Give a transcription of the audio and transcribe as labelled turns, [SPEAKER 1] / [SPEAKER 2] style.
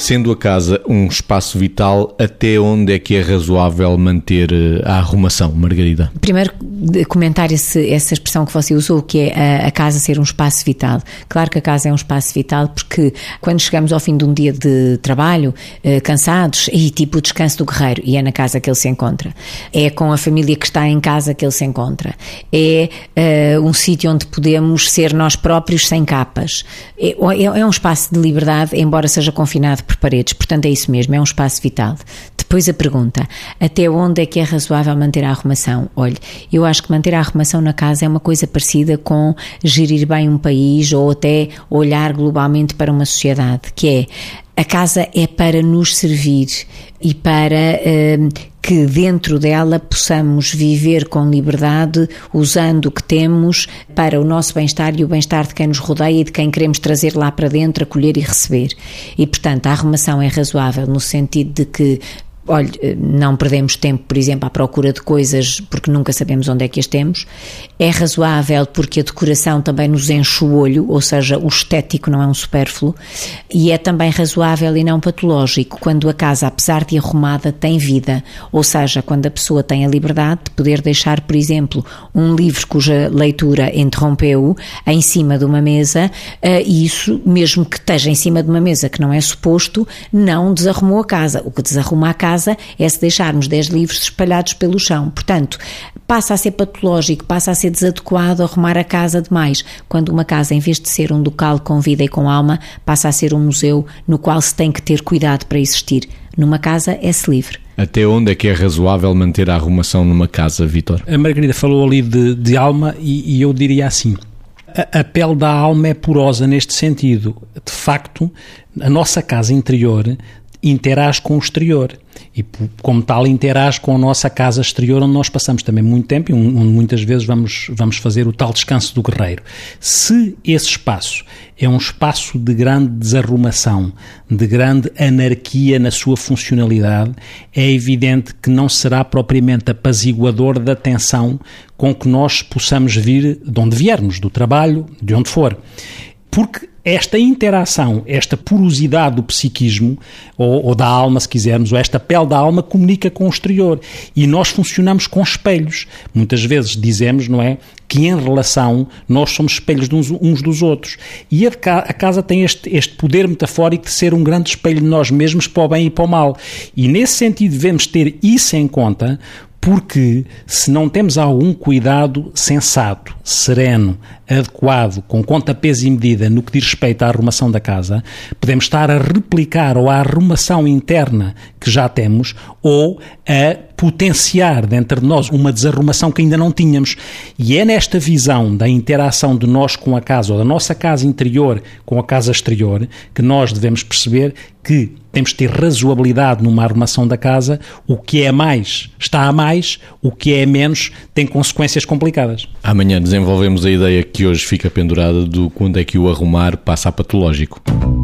[SPEAKER 1] Sendo a casa um espaço vital, até onde é que é razoável manter a arrumação, Margarida?
[SPEAKER 2] Primeiro, comentar essa expressão que você usou, que é a casa ser um espaço vital. Claro que a casa é um espaço vital porque quando chegamos ao fim de um dia de trabalho, cansados, tipo o descanso do guerreiro, e é na casa que ele se encontra. É com a família que está em casa que ele se encontra. É um sítio onde podemos ser nós próprios sem capas. É um espaço de liberdade, embora seja confinado por paredes. Portanto, é isso mesmo, é um espaço vital. Depois a pergunta, até onde é que é razoável manter a arrumação? Olha, eu acho que manter a arrumação na casa é uma coisa parecida com gerir bem um país ou até olhar globalmente para uma sociedade, que é, a casa é para nos servir e para que dentro dela possamos viver com liberdade, usando o que temos para o nosso bem-estar e o bem-estar de quem nos rodeia e de quem queremos trazer lá para dentro, acolher e receber. E, portanto, a arrumação é razoável no sentido de que, olha, não perdemos tempo, por exemplo, à procura de coisas porque nunca sabemos onde é que as temos. É razoável porque a decoração também nos enche o olho, ou seja, o estético não é um supérfluo. E é também razoável e não patológico quando a casa, apesar de arrumada, tem vida. Ou seja, quando a pessoa tem a liberdade de poder deixar, por exemplo, um livro cuja leitura interrompeu em cima de uma mesa, e isso, mesmo que esteja em cima de uma mesa que não é suposto, não desarrumou a casa. O que desarruma a casa é se deixarmos 10 livros espalhados pelo chão. Portanto, passa a ser patológico, passa a ser desadequado arrumar a casa demais, quando uma casa, em vez de ser um local com vida e com alma, passa a ser um museu no qual se tem que ter cuidado para existir. Numa casa é-se livre.
[SPEAKER 1] Até onde é que é razoável manter a arrumação numa casa, Vítor?
[SPEAKER 3] A Margarida falou ali de alma e eu diria assim, a pele da alma é porosa neste sentido. De facto, a nossa casa interior interage com o exterior e, como tal, interage com a nossa casa exterior, onde nós passamos também muito tempo e onde muitas vezes vamos fazer o tal descanso do guerreiro. Se esse espaço é um espaço de grande desarrumação, de grande anarquia na sua funcionalidade, é evidente que não será propriamente apaziguador da tensão com que nós possamos vir de onde viermos, do trabalho, de onde for. Porque esta interação, esta porosidade do psiquismo, ou da alma, se quisermos, ou esta pele da alma, comunica com o exterior. E nós funcionamos com espelhos. Muitas vezes dizemos, não é, que em relação nós somos espelhos uns dos outros. E a casa tem este poder metafórico de ser um grande espelho de nós mesmos, para o bem e para o mal. E nesse sentido devemos ter isso em conta, porque se não temos algum cuidado sensato, sereno, adequado, com conta, peso e medida no que diz respeito à arrumação da casa, podemos estar a replicar ou a arrumação interna que já temos ou a potenciar dentro de nós uma desarrumação que ainda não tínhamos. E é nesta visão da interação de nós com a casa ou da nossa casa interior com a casa exterior que nós devemos perceber que temos de ter razoabilidade numa arrumação da casa. O que é mais está a mais, o que é menos tem consequências complicadas.
[SPEAKER 1] Amanhã desenvolvemos a ideia que hoje fica pendurada do quando é que o arrumar passa a patológico.